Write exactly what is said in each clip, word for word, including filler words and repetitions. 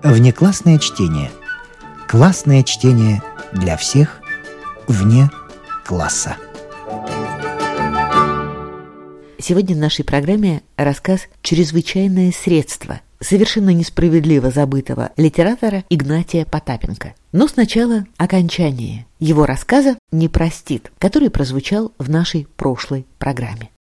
Внеклассное чтение. Классное чтение для всех вне класса. Сегодня в нашей программе рассказ «Чрезвычайное средство» совершенно несправедливо забытого литератора Игнатия Потапенко. Но сначала окончание его рассказа «Не простит», который прозвучал в нашей прошлой программе.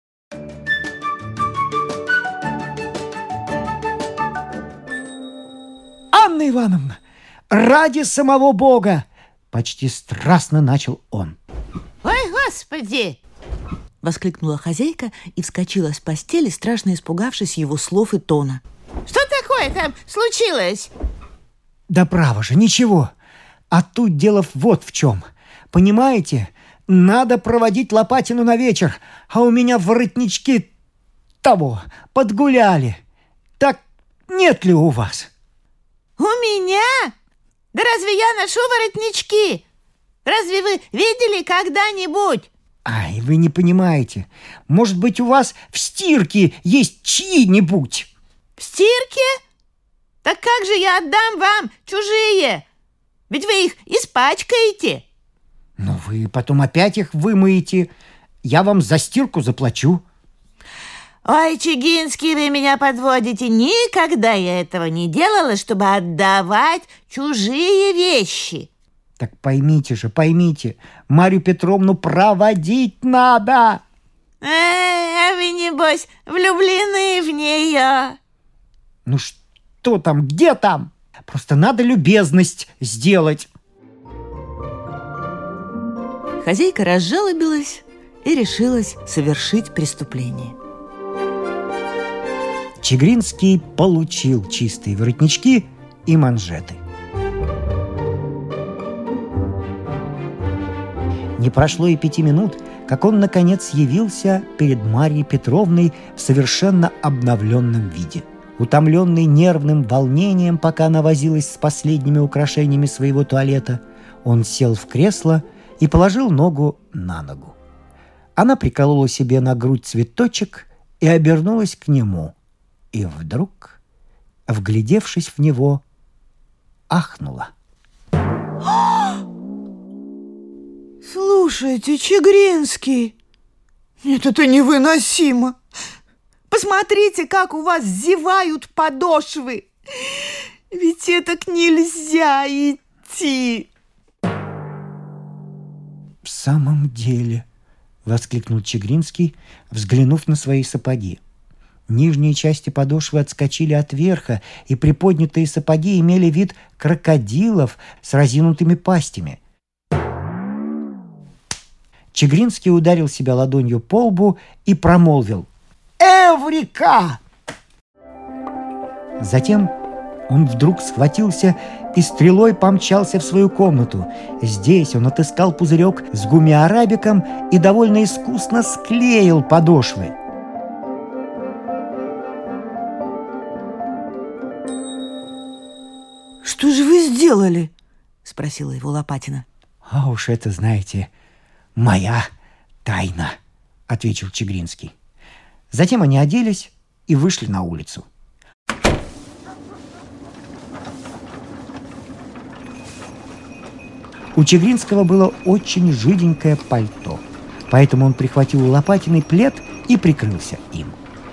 «Анна Ивановна, ради самого Бога!» — почти страстно начал он. «Ой, Господи!» — воскликнула хозяйка и вскочила с постели, страшно испугавшись его слов и тона. «Что такое там случилось?» «Да право же, ничего. А тут дело вот в чем. Понимаете, надо проводить Лопатину на вечер, а у меня воротнички того подгуляли. Так нет ли у вас?» «У меня? Да разве я ношу воротнички? Разве вы видели когда-нибудь?» «Ай, вы не понимаете. Может быть, у вас в стирке есть чьи-нибудь?» «В стирке? Так как же я отдам вам чужие? Ведь вы их испачкаете». «Ну, вы потом опять их вымоете. Я вам за стирку заплачу». «Ой, Чигинский, вы меня подводите. Никогда я этого не делала, чтобы отдавать чужие вещи». «Так поймите же, поймите, Марью Петровну проводить надо». «Э, а вы, небось, влюблены в нее». «Ну что там, где там? Просто надо любезность сделать». Хозяйка разжалобилась и решилась совершить преступление. Чигринский получил чистые воротнички и манжеты. Не прошло и пяти минут, как он, наконец, явился перед Марьей Петровной в совершенно обновленном виде. Утомленный нервным волнением, пока она возилась с последними украшениями своего туалета, он сел в кресло и положил ногу на ногу. Она приколола себе на грудь цветочек и обернулась к нему. И вдруг, вглядевшись в него, ахнула. «Слушайте, Чигринский, нет, это невыносимо. Посмотрите, как у вас зевают подошвы. Ведь это нельзя идти». «В самом деле», — воскликнул Чигринский, взглянув на свои сапоги. Нижние части подошвы отскочили от верха, и приподнятые сапоги имели вид крокодилов с разинутыми пастями. Чигринский ударил себя ладонью по лбу и промолвил: «Эврика!» Затем он вдруг схватился и стрелой помчался в свою комнату. Здесь он отыскал пузырек с гумми-арабиком и довольно искусно склеил подошвы. «Что же вы сделали?» — спросила его Лопатина. «А уж это, знаете, моя тайна», — ответил Чигринский. Затем они оделись и вышли на улицу. У Чигринского было очень жиденькое пальто, поэтому он прихватил у Лопатиной плед и прикрылся им.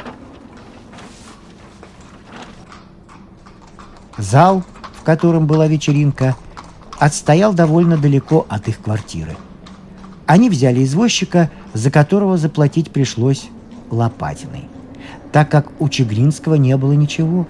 Зал, в котором была вечеринка, отстоял довольно далеко от их квартиры. Они взяли извозчика, за которого заплатить пришлось Лопатиной, так как у Чигринского не было ничего.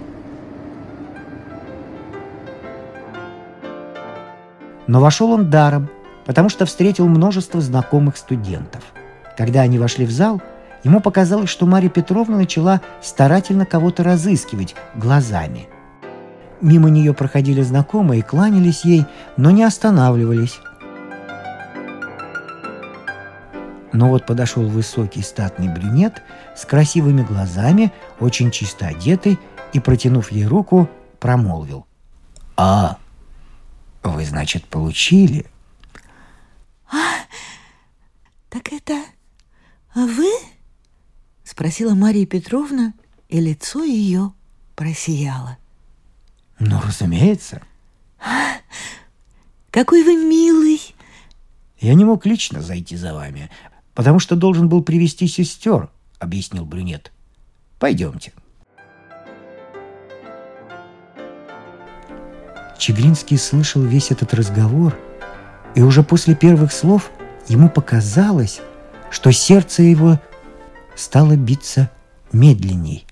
Но вошел он даром, потому что встретил множество знакомых студентов. Когда они вошли в зал, ему показалось, что Марья Петровна начала старательно кого-то разыскивать глазами. Мимо нее проходили знакомые, кланялись ей, но не останавливались. Но вот подошел высокий статный брюнет с красивыми глазами, очень чисто одетый, и, протянув ей руку, промолвил: «А, вы, значит, получили?» «А, так это вы?» — спросила Марья Петровна, и лицо ее просияло. Ну, разумеется. Какой вы милый. Я не мог лично зайти за вами, потому что должен был привести сестер, объяснил брюнет. Пойдемте. Чигринский слышал весь этот разговор, и уже после первых слов ему показалось, что сердце его стало биться медленней.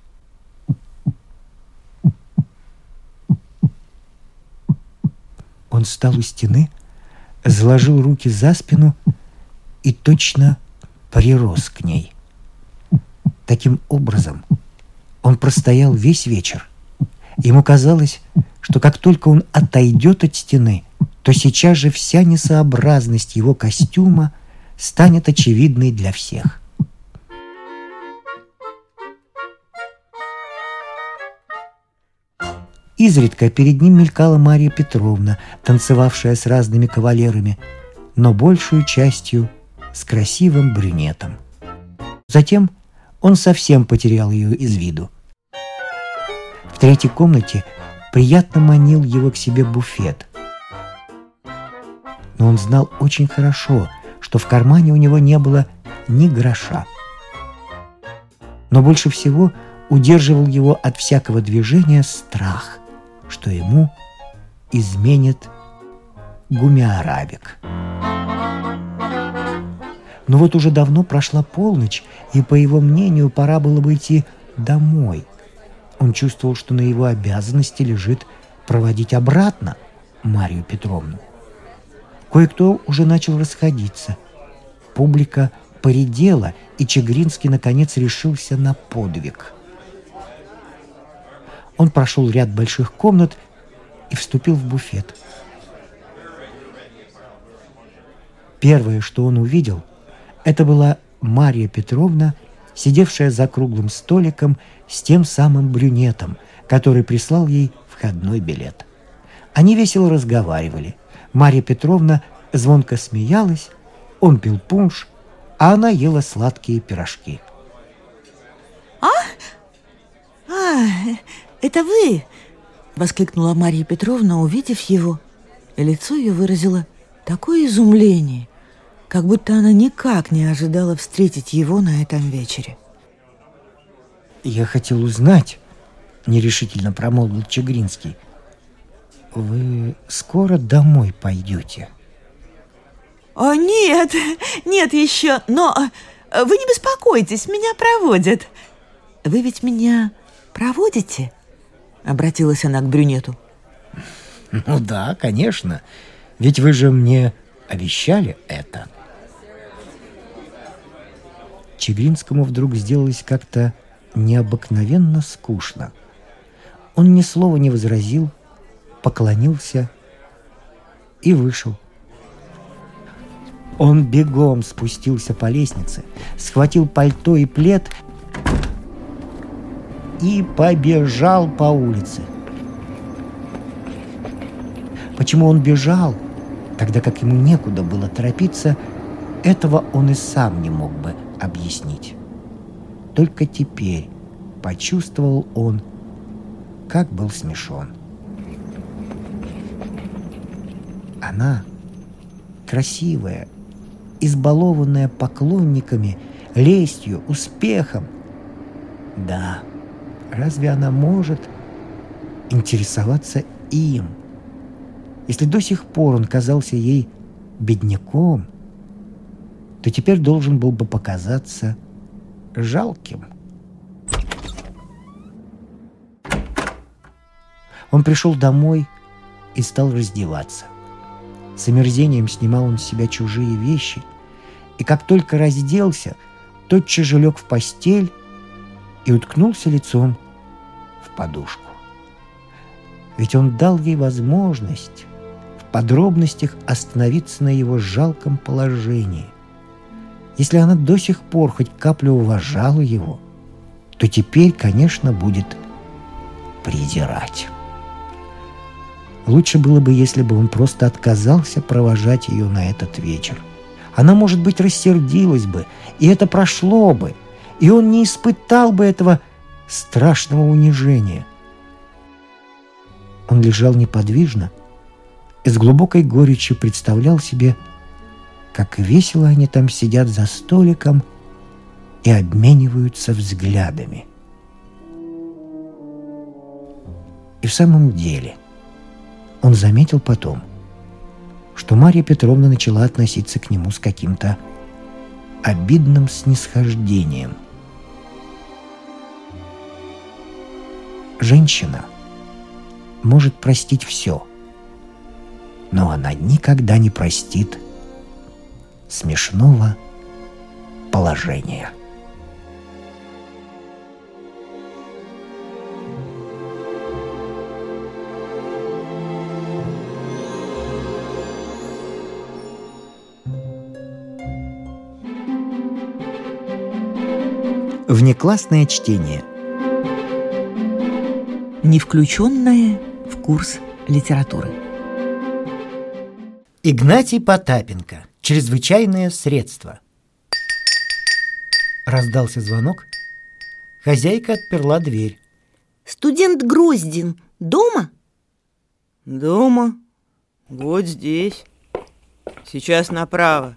Он встал у стены, заложил руки за спину и точно прирос к ней. Таким образом, он простоял весь вечер. Ему казалось, что как только он отойдет от стены, то сейчас же вся несообразность его костюма станет очевидной для всех. Изредка перед ним мелькала Марья Петровна, танцевавшая с разными кавалерами, но большую частью с красивым брюнетом. Затем он совсем потерял ее из виду. В третьей комнате приятно манил его к себе буфет. Но он знал очень хорошо, что в кармане у него не было ни гроша. Но больше всего удерживал его от всякого движения страх, что ему изменит Гуми-Арабик. Но вот уже давно прошла полночь, и, по его мнению, пора было бы идти домой. Он чувствовал, что на его обязанности лежит проводить обратно Марью Петровну. Кое-кто уже начал расходиться. Публика поредела, и Чигринский наконец решился на подвиг. Он прошел ряд больших комнат и вступил в буфет. Первое, что он увидел, это была Марья Петровна, сидевшая за круглым столиком с тем самым брюнетом, который прислал ей входной билет. Они весело разговаривали. Марья Петровна звонко смеялась, он пил пунш, а она ела сладкие пирожки. А? А, это вы? Воскликнула Марья Петровна, увидев его. И лицо ее выразило такое изумление, как будто она никак не ожидала встретить его на этом вечере. «Я хотел узнать», — нерешительно промолвил Чигринский, — «вы скоро домой пойдете?» «О, нет, нет еще, но вы не беспокойтесь, меня проводят». «Вы ведь меня проводите?» — обратилась она к брюнету. «Ну да, конечно, ведь вы же мне обещали это». Чигринскому вдруг сделалось как-то необыкновенно скучно. Он ни слова не возразил, поклонился и вышел. Он бегом спустился по лестнице, схватил пальто и плед и побежал по улице. Почему он бежал, тогда как ему некуда было торопиться, этого он и сам не мог бы объяснить. Только теперь почувствовал он, как был смешон. Она, красивая, избалованная поклонниками, лестью, успехом. Да, разве она может интересоваться им? Если до сих пор он казался ей бедняком, то теперь должен был бы показаться жалким. Он пришел домой и стал раздеваться. С омерзением снимал он с себя чужие вещи, и как только разделся, тотчас же лег в постель и уткнулся лицом в подушку. Ведь он дал ей возможность в подробностях остановиться на его жалком положении. Если она до сих пор хоть каплю уважала его, то теперь, конечно, будет презирать. Лучше было бы, если бы он просто отказался провожать ее на этот вечер. Она, может быть, рассердилась бы, и это прошло бы, и он не испытал бы этого страшного унижения. Он лежал неподвижно и с глубокой горечью представлял себе, как весело они там сидят за столиком и обмениваются взглядами. И в самом деле он заметил потом, что Марья Петровна начала относиться к нему с каким-то обидным снисхождением. Женщина может простить все, но она никогда не простит смешного положения. Внеклассное чтение. Не включенное в курс литературы. Игнатий Потапенко. Чрезвычайное средство. Раздался звонок. Хозяйка отперла дверь. Студент Гроздин дома? Дома. Вот здесь. Сейчас направо.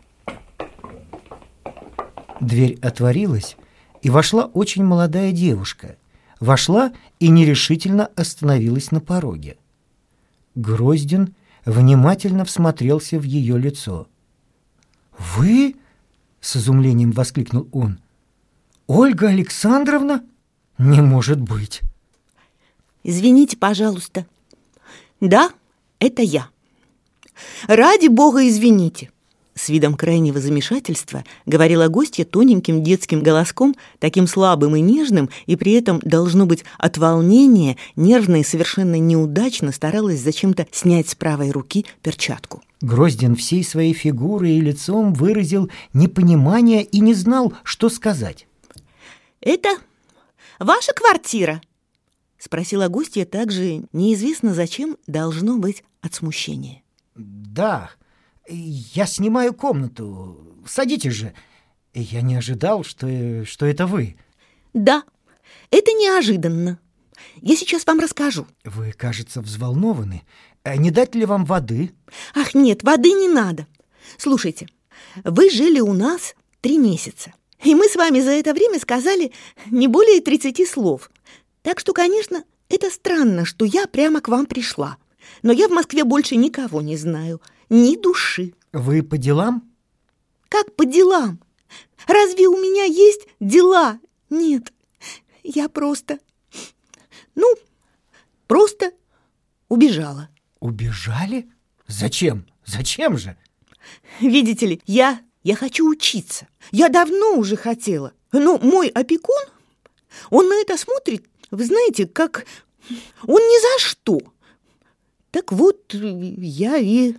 Дверь отворилась, и вошла очень молодая девушка. Вошла и нерешительно остановилась на пороге. Гроздин внимательно всмотрелся в ее лицо. «Вы?» — с изумлением воскликнул он. «Ольга Александровна? Не может быть!» Извините, пожалуйста. Да, это я. Ради бога, извините. С видом крайнего замешательства говорила гостья тоненьким детским голоском, таким слабым и нежным, и при этом, должно быть, от волнения, нервно и совершенно неудачно старалась зачем-то снять с правой руки перчатку. Гроздин всей своей фигурой и лицом выразил непонимание и не знал, что сказать. «Это ваша квартира?» — спросила гостья также, неизвестно зачем, должно быть, от смущения. «Да, я снимаю комнату. Садитесь же. Я не ожидал, что, что это вы». «Да, это неожиданно. Я сейчас вам расскажу». «Вы, кажется, взволнованы. Не дать ли вам воды?» «Ах, нет, воды не надо. Слушайте, вы жили у нас три месяца, и мы с вами за это время сказали не более тридцати слов. Так что, конечно, это странно, что я прямо к вам пришла. Но я в Москве больше никого не знаю, ни души». «Вы по делам?» «Как по делам? Разве у меня есть дела? Нет, я просто, ну, просто убежала». «Убежали? Зачем? Зачем же?» «Видите ли, я, я хочу учиться. Я давно уже хотела. Но мой опекун, он на это смотрит, вы знаете, как он ни за что. Так вот, я и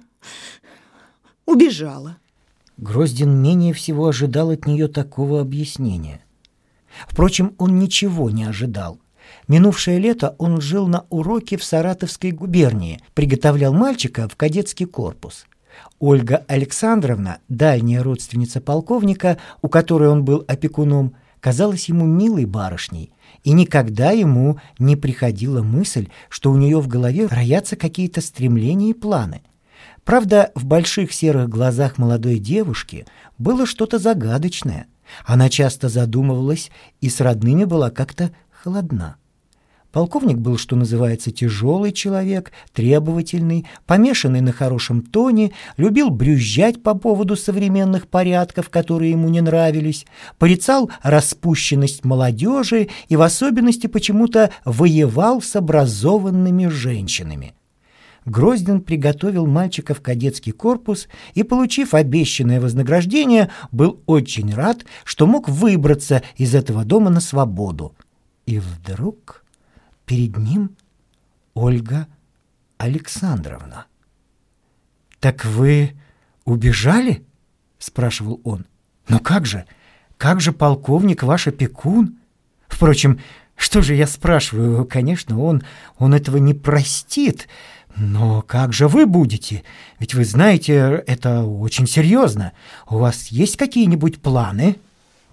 убежала». Гроздин менее всего ожидал от нее такого объяснения. Впрочем, он ничего не ожидал. Минувшее лето он жил на уроке в Саратовской губернии, приготовлял мальчика в кадетский корпус. Ольга Александровна, дальняя родственница полковника, у которой он был опекуном, казалась ему милой барышней, и никогда ему не приходила мысль, что у нее в голове роятся какие-то стремления и планы. Правда, в больших серых глазах молодой девушки было что-то загадочное. Она часто задумывалась и с родными была как-то холодна. Полковник был, что называется, тяжелый человек, требовательный, помешанный на хорошем тоне, любил брюзжать по поводу современных порядков, которые ему не нравились, порицал распущенность молодежи и в особенности почему-то воевал с образованными женщинами. Гроздин приготовил мальчика в кадетский корпус и, получив обещанное вознаграждение, был очень рад, что мог выбраться из этого дома на свободу. И вдруг перед ним Ольга Александровна. «Так вы убежали?» — спрашивал он. «Но как же? Как же полковник ваш опекун? Впрочем, что же я спрашиваю? Конечно, он, он этого не простит. Но как же вы будете? Ведь вы знаете, это очень серьезно. У вас есть какие-нибудь планы?»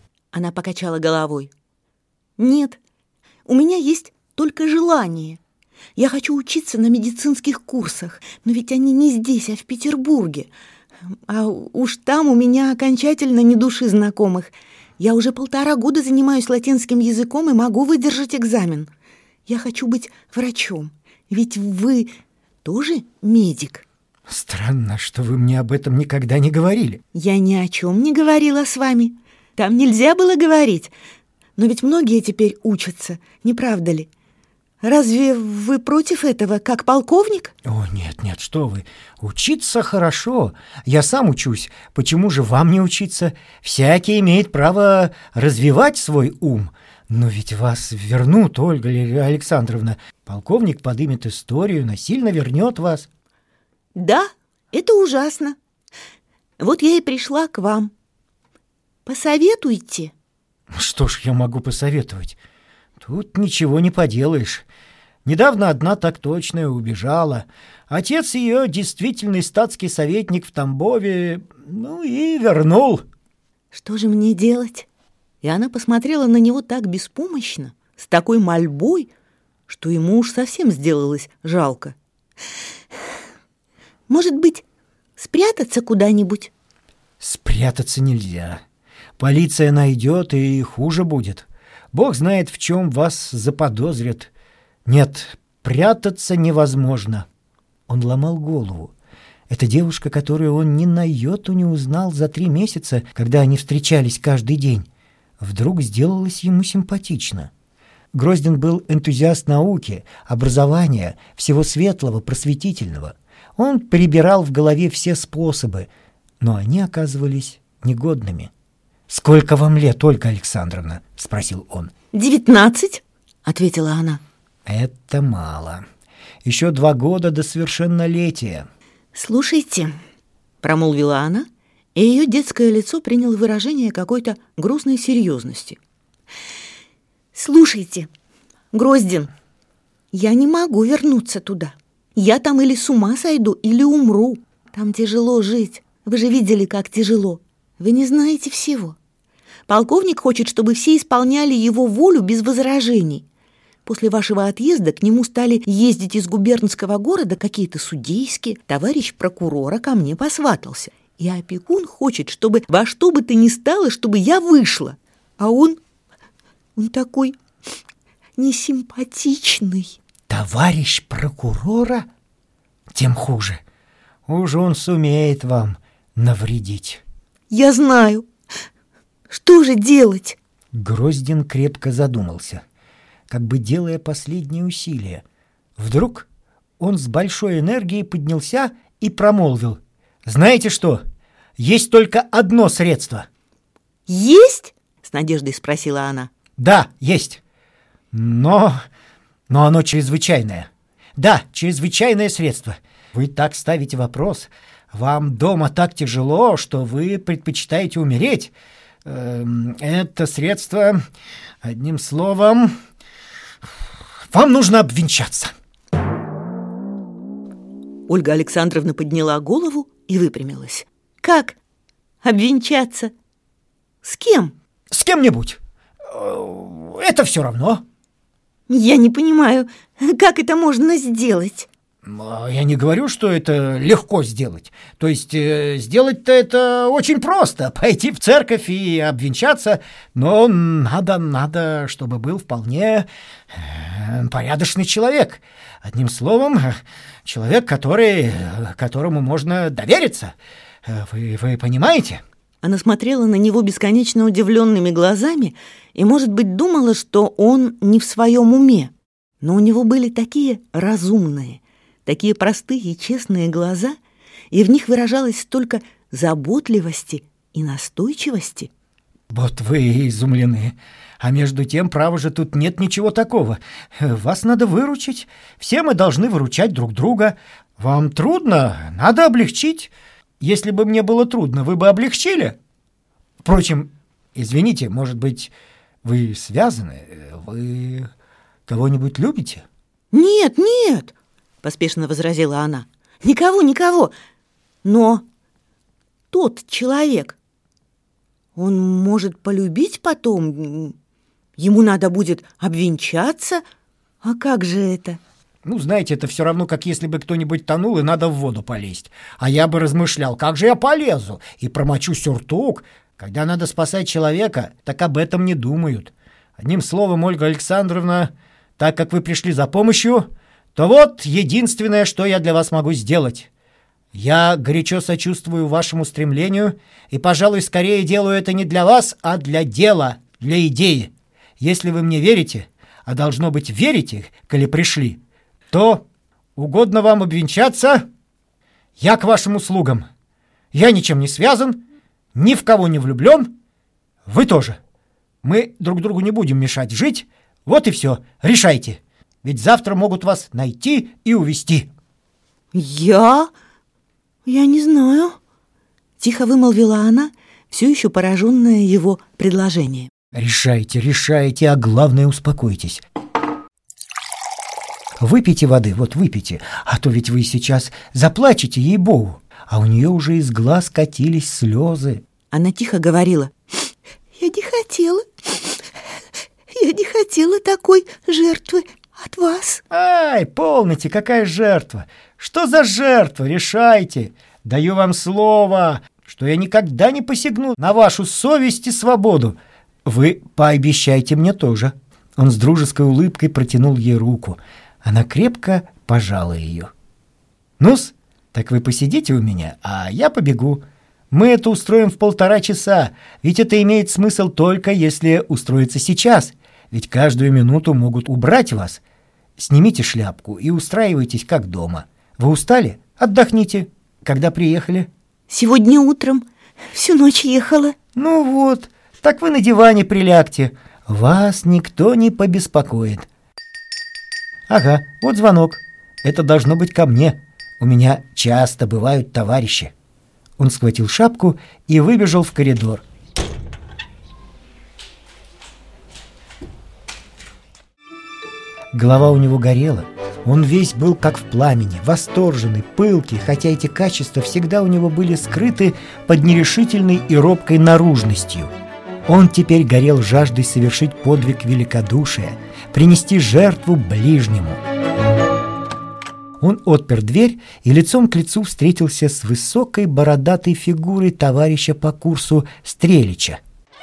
Она покачала головой. «Нет, у меня есть только желание. Я хочу учиться на медицинских курсах, но ведь они не здесь, а в Петербурге. А уж там у меня окончательно ни души знакомых. Я уже полтора года занимаюсь латинским языком и могу выдержать экзамен. Я хочу быть врачом, ведь вы тоже медик. Странно, что вы мне об этом никогда не говорили. Я ни о чем не говорила с вами. Там нельзя было говорить. Но ведь многие теперь учатся, не правда ли? Разве вы против этого, как полковник? О, нет, нет, что вы. Учиться хорошо. Я сам учусь. Почему же вам не учиться? Всякий имеет право развивать свой ум. Но ведь вас вернут, Ольга Александровна. Полковник подымет историю, насильно вернет вас. Да, это ужасно. Вот я и пришла к вам. Посоветуйте. Что ж я могу посоветовать? Тут ничего не поделаешь. Недавно одна так точная убежала. Отец ее, действительный статский советник в Тамбове, ну и вернул. Что же мне делать? И она посмотрела на него так беспомощно, с такой мольбой, что ему уж совсем сделалось жалко. Может быть, спрятаться куда-нибудь? Спрятаться нельзя. Полиция найдет, и хуже будет. Бог знает, в чем вас заподозрят. Нет, прятаться невозможно. Он ломал голову. Эта девушка, которую он ни на йоту не узнал за три месяца, когда они встречались каждый день, вдруг сделалась ему симпатична. Гроздин был энтузиаст науки, образования, всего светлого, просветительного. Он перебирал в голове все способы, но они оказывались негодными. «Сколько вам лет, Ольга Александровна?» — спросил он. «Девятнадцать», — ответила она. «Это мало. Еще два года до совершеннолетия». «Слушайте», — промолвила она, и ее детское лицо приняло выражение какой-то грустной серьезности. «Слушайте, Гроздин, я не могу вернуться туда. Я там или с ума сойду, или умру. Там тяжело жить. Вы же видели, как тяжело. Вы не знаете всего. Полковник хочет, чтобы все исполняли его волю без возражений. После вашего отъезда к нему стали ездить из губернского города какие-то судейские. Товарищ прокурора ко мне посватался. И опекун хочет, чтобы во что бы то ни стало, чтобы я вышла. А он, он такой несимпатичный». «Товарищ прокурора? Тем хуже. Уж он сумеет вам навредить». «Я знаю. Что же делать?» Гроздин крепко задумался, как бы делая последние усилия. Вдруг он с большой энергией поднялся и промолвил: «Знаете что? Есть только одно средство». «Есть?» — с надеждой спросила она. «Да, есть. Но... но оно чрезвычайное. Да, чрезвычайное средство. Вы так ставите вопрос. Вам дома так тяжело, что вы предпочитаете умереть. Это средство, одним словом, вам нужно обвенчаться». Ольга Александровна подняла голову и выпрямилась. «Как обвенчаться? С кем?» «С кем-нибудь. Это все равно». «Я не понимаю, как это можно сделать?» «Я не говорю, что это легко сделать. То есть э, сделать-то это очень просто. Пойти в церковь и обвенчаться. Но надо, надо, чтобы был вполне э, порядочный человек. Одним словом, человек, который, которому можно довериться. Вы, вы понимаете?» Она смотрела на него бесконечно удивленными глазами и, может быть, думала, что он не в своем уме. Но у него были такие разумные, такие простые и честные глаза, и в них выражалось столько заботливости и настойчивости. «Вот вы изумлены. А между тем, право же, тут нет ничего такого. Вас надо выручить. Все мы должны выручать друг друга. Вам трудно, надо облегчить. Если бы мне было трудно, вы бы облегчили. Впрочем, извините, может быть, вы связаны? Вы кого-нибудь любите?» «Нет, нет», — поспешно возразила она. «Никого, никого. Но тот человек, он может полюбить потом. Ему надо будет обвенчаться. А как же это?» Ну, знаете, это все равно, как если бы кто-нибудь тонул, и надо в воду полезть. А я бы размышлял, как же я полезу и промочу сюртук. Когда надо спасать человека, так об этом не думают. Одним словом, Ольга Александровна, так как вы пришли за помощью, то вот единственное, что я для вас могу сделать. Я горячо сочувствую вашему стремлению и, пожалуй, скорее делаю это не для вас, а для дела, для идеи. Если вы мне верите, а должно быть верите, коли пришли, то угодно вам обвенчаться, я к вашим услугам. Я ничем не связан, ни в кого не влюблен, вы тоже. Мы друг другу не будем мешать жить, вот и все, решайте. Ведь завтра могут вас найти и увезти. Я? Я не знаю. Тихо вымолвила она, все еще пораженная его предложением. Решайте, решайте, а главное, успокойтесь. Выпейте воды, вот выпейте, а то ведь вы сейчас заплачете, ей-богу. А у нее уже из глаз катились слезы. Она тихо говорила: «Я не хотела, я не хотела такой жертвы от вас». Ай, полноте, какая жертва? Что за жертва? Решайте. Даю вам слово, что я никогда не посягну на вашу совесть и свободу. Вы пообещайте мне тоже. Он с дружеской улыбкой протянул ей руку. Она крепко пожала ее. Ну-с, так вы посидите у меня, а я побегу. Мы это устроим в полтора часа, ведь это имеет смысл только если устроиться сейчас, ведь каждую минуту могут убрать вас. Снимите шляпку и устраивайтесь как дома. Вы устали? Отдохните. Когда приехали? Сегодня утром. Всю ночь ехала. Ну вот, так вы на диване прилягте. Вас никто не побеспокоит. Ага, вот звонок. Это должно быть ко мне. У меня часто бывают товарищи. Он схватил шапку и выбежал в коридор. Голова у него горела. Он весь был как в пламени, восторженный, пылкий, хотя эти качества всегда у него были скрыты под нерешительной и робкой наружностью. Он теперь горел жаждой совершить подвиг великодушия, принести жертву ближнему. Он отпер дверь и лицом к лицу встретился с высокой бородатой фигурой товарища по курсу Стрелича.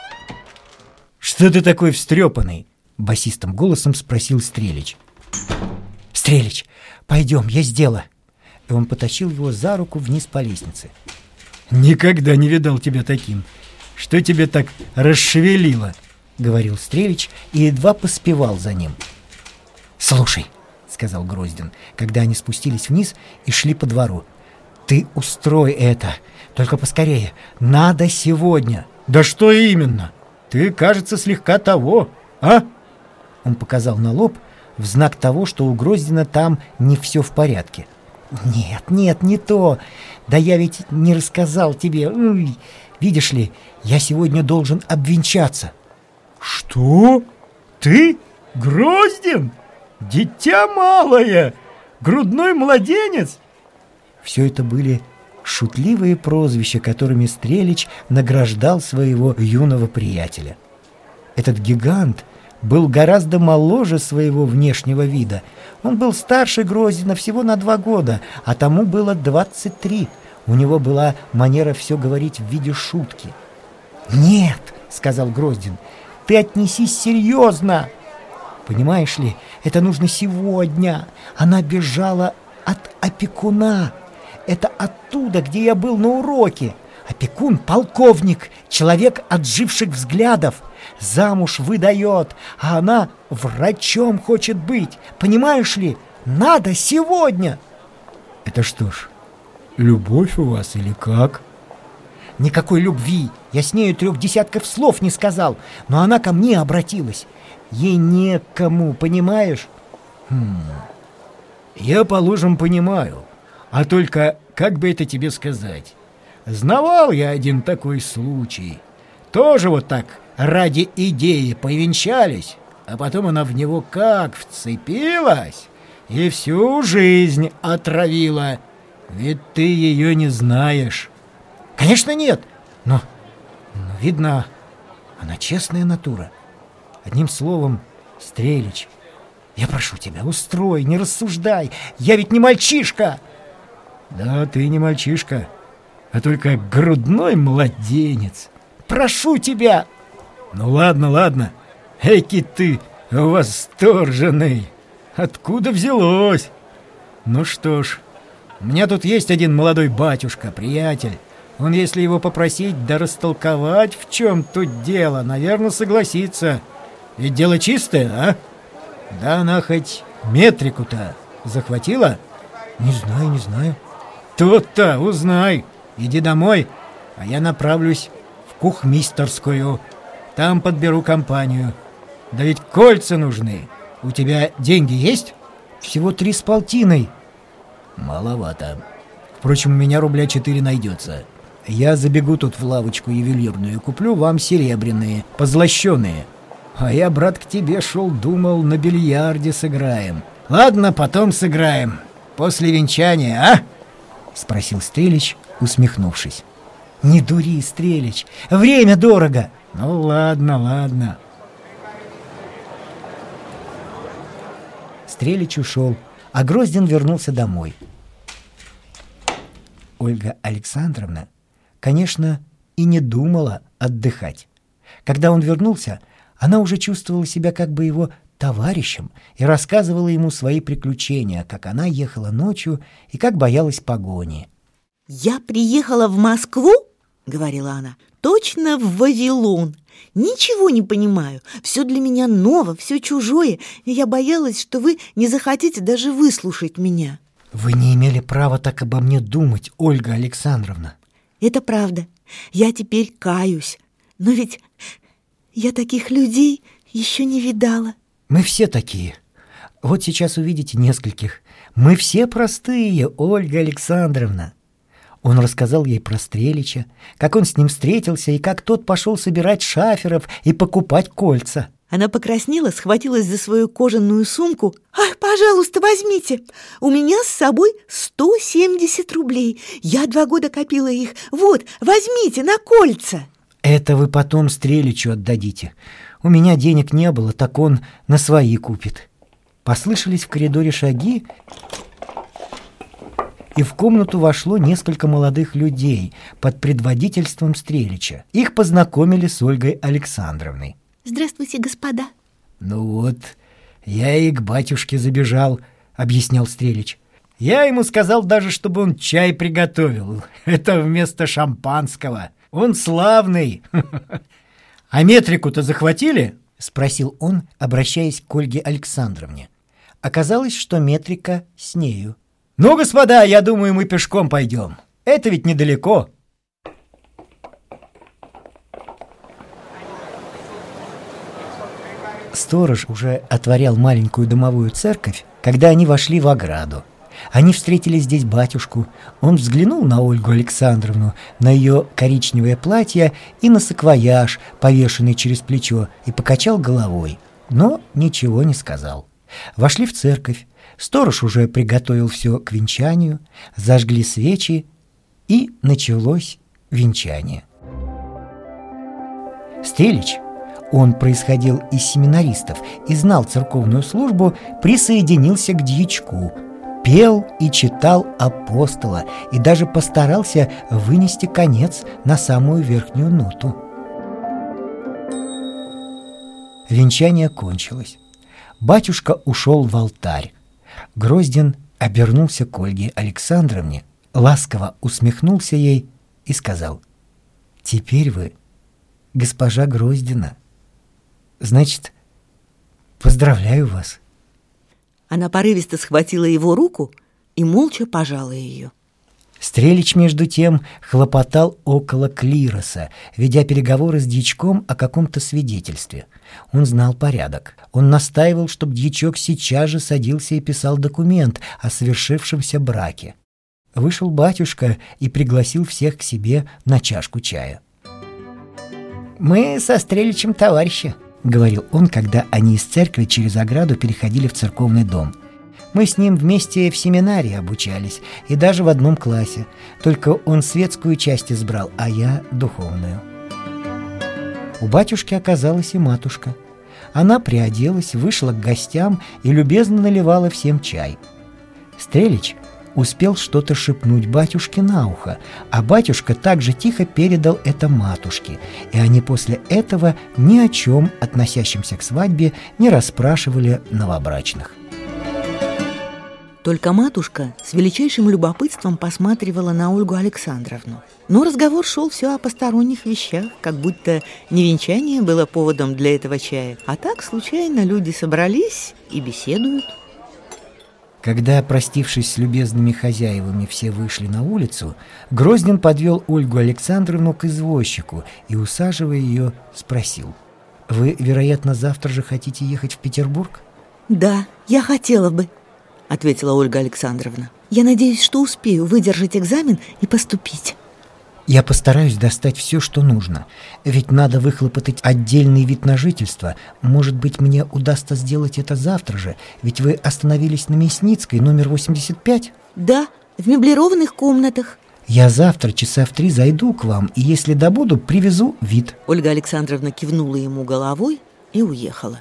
«Что ты такой встрепанный?» — басистым голосом спросил Стрелич. «Стрелич, пойдем, есть дело». И он потащил его за руку вниз по лестнице. «Никогда не видал тебя таким. Что тебе так расшевелило?» — говорил Стрелич и едва поспевал за ним. «Слушай», — сказал Гроздин, когда они спустились вниз и шли по двору, — «ты устрой это, только поскорее, надо сегодня». «Да что именно? Ты, кажется, слегка того, а?» Он показал на лоб в знак того, что у Гроздина там не все в порядке. «Нет, нет, не то. Да я ведь не рассказал тебе. Ой, видишь ли, я сегодня должен обвенчаться». «Что? Ты, Гроздин? Дитя малое? Грудной младенец?» Все это были шутливые прозвища, которыми Стрелич награждал своего юного приятеля. Этот гигант был гораздо моложе своего внешнего вида. Он был старше Гроздина всего на два года, а тому было двадцать три. У него была манера все говорить в виде шутки. «Нет», — сказал Гроздин, — «ты отнесись серьезно. Понимаешь ли, это нужно сегодня. Она бежала от опекуна. Это оттуда, где я был на уроке. Опекун — полковник, человек отживших взглядов. Замуж выдает, а она врачом хочет быть. Понимаешь ли, надо сегодня». «Это что ж, любовь у вас или как?» «Никакой любви. Я с нею трех десятков слов не сказал, но она ко мне обратилась. Ей некому, понимаешь?» «Хм, я, положим, понимаю. А только, как бы это тебе сказать, знавал я один такой случай. Тоже вот так ради идеи повенчались, а потом она в него как вцепилась и всю жизнь отравила. Ведь ты ее не знаешь». «Конечно нет, но, но видно, она честная натура. Одним словом, Стрелич, Я прошу тебя, устрой, не рассуждай. Я ведь не мальчишка. Да, ты не мальчишка, а только грудной младенец. Прошу тебя. Ну ладно, ладно. Эки ты восторженный. Откуда взялось? Ну что ж, у меня тут есть один молодой батюшка, приятель. Он, если его попросить да растолковать, в чем тут дело, наверное, согласится. Ведь дело чистое, а? Да она хоть метрику-то захватила? Не знаю, не знаю. Тут-то узнай. Иди домой, а я направлюсь в кухмистерскую. Там подберу компанию. Да ведь кольца нужны. У тебя деньги есть? Всего три с полтиной. Маловато. Впрочем, у меня рубля четыре найдется. Я забегу тут в лавочку ювелирную и куплю вам серебряные, позлощенные. А я, брат, к тебе шел, думал, на бильярде сыграем. Ладно, потом сыграем. После венчания, а? Спросил Стрелич, усмехнувшись. Не дури, Стрелич, время дорого. Ну ладно, ладно. Стрелич ушел, а Гроздин вернулся домой. Ольга Александровна, конечно, и не думала отдыхать. Когда он вернулся, она уже чувствовала себя как бы его товарищем и рассказывала ему свои приключения, как она ехала ночью и как боялась погони. «Я приехала в Москву, — говорила она, — точно в Вавилон. Ничего не понимаю, все для меня ново, все чужое, и я боялась, что вы не захотите даже выслушать меня». Вы не имели права так обо мне думать, Ольга Александровна. Это правда, я теперь каюсь, но ведь я таких людей еще не видала. Мы все такие. Вот сейчас увидите нескольких. Мы все простые, Ольга Александровна. Он рассказал ей про Стрелича, как он с ним встретился и как тот пошел собирать шаферов и покупать кольца. Она покраснела, схватилась за свою кожаную сумку. «Ах, пожалуйста, возьмите! У меня с собой сто семьдесят рублей. Я два года копила их. Вот, возьмите на кольца!» Это вы потом Стреличу отдадите. У меня денег не было, так он на свои купит. Послышались в коридоре шаги, и в комнату вошло несколько молодых людей под предводительством Стрелича. Их познакомили с Ольгой Александровной. «Здравствуйте, господа». «Ну вот, я и к батюшке забежал», — объяснял Стрелич. «Я ему сказал даже, чтобы он чай приготовил. Это вместо шампанского. Он славный». «А метрику-то захватили?» — спросил он, обращаясь к Ольге Александровне. Оказалось, что метрика с нею. «Ну, господа, я думаю, мы пешком пойдем. Это ведь недалеко». Сторож уже отворял маленькую домовую церковь, когда они вошли в ограду. Они встретили здесь батюшку. Он взглянул на Ольгу Александровну, на ее коричневое платье и на саквояж, повешенный через плечо, и покачал головой, но ничего не сказал. Вошли в церковь. Сторож уже приготовил все к венчанию, зажгли свечи, и началось венчание. Стрелич, он происходил из семинаристов и знал церковную службу, присоединился к дьячку, пел и читал апостола и даже постарался вынести конец на самую верхнюю ноту. Венчание кончилось. Батюшка ушел в алтарь. Гроздин обернулся к Ольге Александровне, ласково усмехнулся ей и сказал: «Теперь вы госпожа Гроздина. Значит, поздравляю вас». Она порывисто схватила его руку и молча пожала ее. Стрелич, между тем, хлопотал около клироса, ведя переговоры с дьячком о каком-то свидетельстве. Он знал порядок. Он настаивал, чтобы дьячок сейчас же садился и писал документ о совершившемся браке. Вышел батюшка и пригласил всех к себе на чашку чая. «Мы со Стреличем товарищи», — говорил он, когда они из церкви через ограду переходили в церковный дом. «Мы с ним вместе в семинарии обучались и даже в одном классе. Только он светскую часть избрал, а я духовную». У батюшки оказалась и матушка. Она приоделась, вышла к гостям и любезно наливала всем чай. Стрелич успел что-то шепнуть батюшке на ухо, а батюшка также тихо передал это матушке, и они после этого ни о чем, относящемся к свадьбе, не расспрашивали новобрачных. Только матушка с величайшим любопытством посматривала на Ольгу Александровну. Но разговор шел все о посторонних вещах, как будто не венчание было поводом для этого чая, а так случайно люди собрались и беседуют. Когда, простившись с любезными хозяевами, все вышли на улицу, Гроздин подвел Ольгу Александровну к извозчику и, усаживая ее, спросил: «Вы, вероятно, завтра же хотите ехать в Петербург?» «Да, я хотела бы», — ответила Ольга Александровна. «Я надеюсь, что успею выдержать экзамен и поступить». «Я постараюсь достать все, что нужно. Ведь надо выхлопотать отдельный вид на жительство. Может быть, мне удастся сделать это завтра же, ведь вы остановились на Мясницкой, номер восемьдесят пять?» «Да, в меблированных комнатах». «Я завтра часа в три зайду к вам, и если добуду, привезу вид». Ольга Александровна кивнула ему головой и уехала.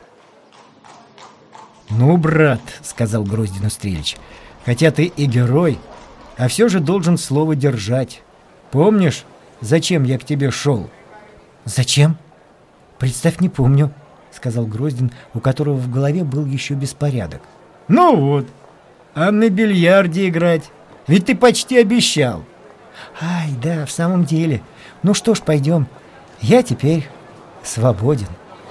«Ну, брат, — сказал Гроздину Стрелич, — хотя ты и герой, а все же должен слово держать. Помнишь, зачем я к тебе шел?» «Зачем? Представь, не помню», — сказал Гроздин, у которого в голове был еще беспорядок. «Ну вот, а на бильярде играть, ведь ты почти обещал». «Ай, да, в самом деле. Ну что ж, пойдем. Я теперь свободен».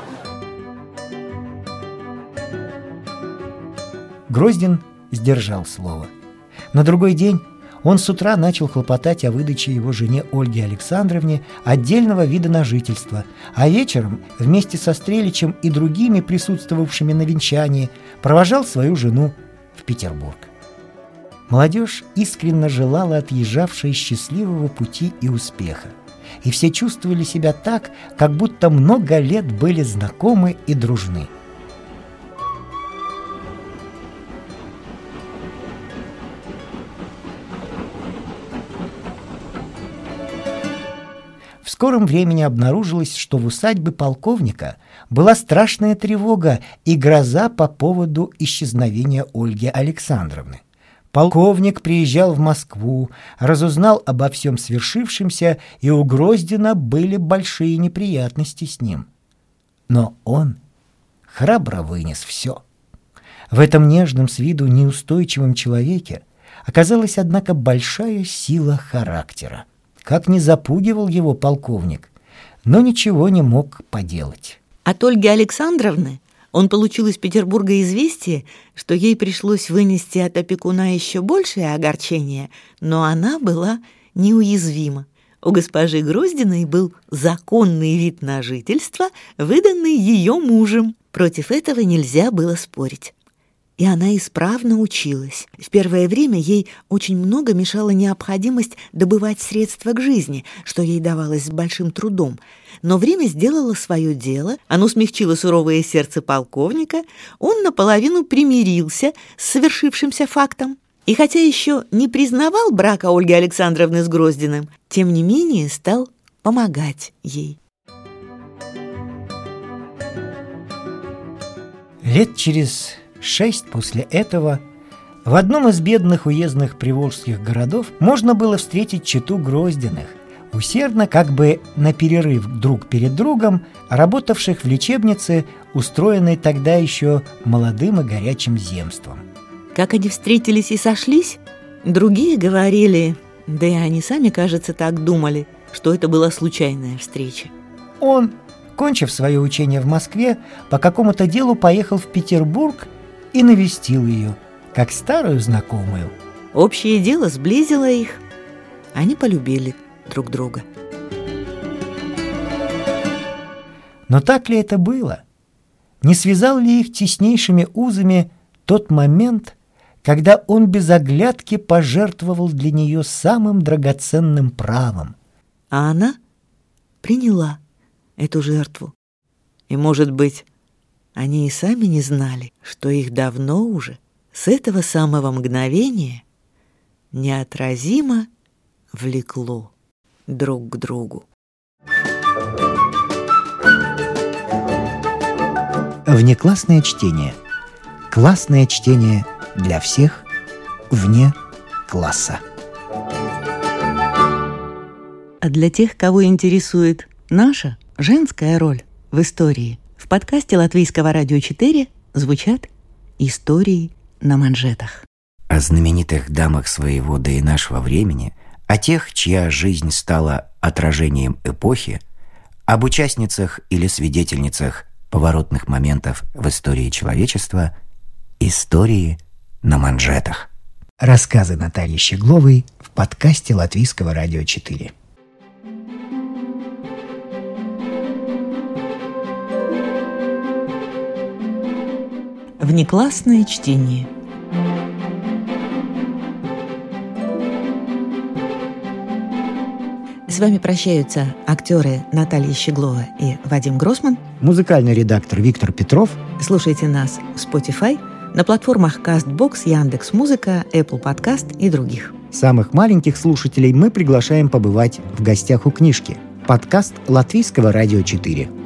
Гроздин сдержал слово. На другой день он с утра начал хлопотать о выдаче его жене Ольге Александровне отдельного вида на жительство, а вечером вместе со Стреличем и другими присутствовавшими на венчании провожал свою жену в Петербург. Молодежь искренне желала отъезжавшей счастливого пути и успеха, и все чувствовали себя так, как будто много лет были знакомы и дружны. В скором времени обнаружилось, что в усадьбе полковника была страшная тревога и гроза по поводу исчезновения Ольги Александровны. Полковник приезжал в Москву, разузнал обо всем свершившемся, и у Гроздина были большие неприятности с ним. Но он храбро вынес все. В этом нежном с виду неустойчивом человеке оказалась, однако, большая сила характера. Как ни запугивал его полковник, но ничего не мог поделать. От Ольги Александровны он получил из Петербурга известие, что ей пришлось вынести от опекуна еще большее огорчение, но она была неуязвима. У госпожи Гроздиной был законный вид на жительство, выданный ее мужем. Против этого нельзя было спорить. И она исправно училась. В первое время ей очень много мешала необходимость добывать средства к жизни, что ей давалось с большим трудом. Но время сделало свое дело, оно смягчило суровое сердце полковника, он наполовину примирился с совершившимся фактом. И хотя еще не признавал брака Ольги Александровны с Гроздиным, тем не менее стал помогать ей. Лет через шесть после этого в одном из бедных уездных приволжских городов можно было встретить чету Гроздиных, усердно, как бы на перерыв друг перед другом, работавших в лечебнице, устроенной тогда еще молодым и горячим земством. Как они встретились и сошлись, другие говорили, да и они сами, кажется, так думали, что это была случайная встреча. Он, кончив свое учение в Москве, по какому-то делу поехал в Петербург и навестил ее, как старую знакомую. Общее дело сблизило их. Они полюбили друг друга. Но так ли это было? Не связал ли их теснейшими узами тот момент, когда он без оглядки пожертвовал для нее самым драгоценным правом? А она приняла эту жертву. И, может быть, они и сами не знали, что их давно уже, с этого самого мгновения, неотразимо влекло друг к другу. Внеклассное чтение. Классное чтение для всех вне класса. А для тех, кого интересует наша женская роль в истории, в подкасте Латвийского радио четыре звучат истории на манжетах. О знаменитых дамах своего да и нашего времени, о тех, чья жизнь стала отражением эпохи, об участницах или свидетельницах поворотных моментов в истории человечества, истории на манжетах. Рассказы Натальи Щегловой в подкасте Латвийского радио четыре. Внеклассное чтение. С вами прощаются актеры Наталья Щеглова и Вадим Гроссман. Музыкальный редактор Виктор Петров. Слушайте нас в Spotify, на платформах CastBox, Яндекс.Музыка, Apple Podcast и других. Самых маленьких слушателей мы приглашаем побывать в гостях у книжки. Подкаст Латвийского радио четыре.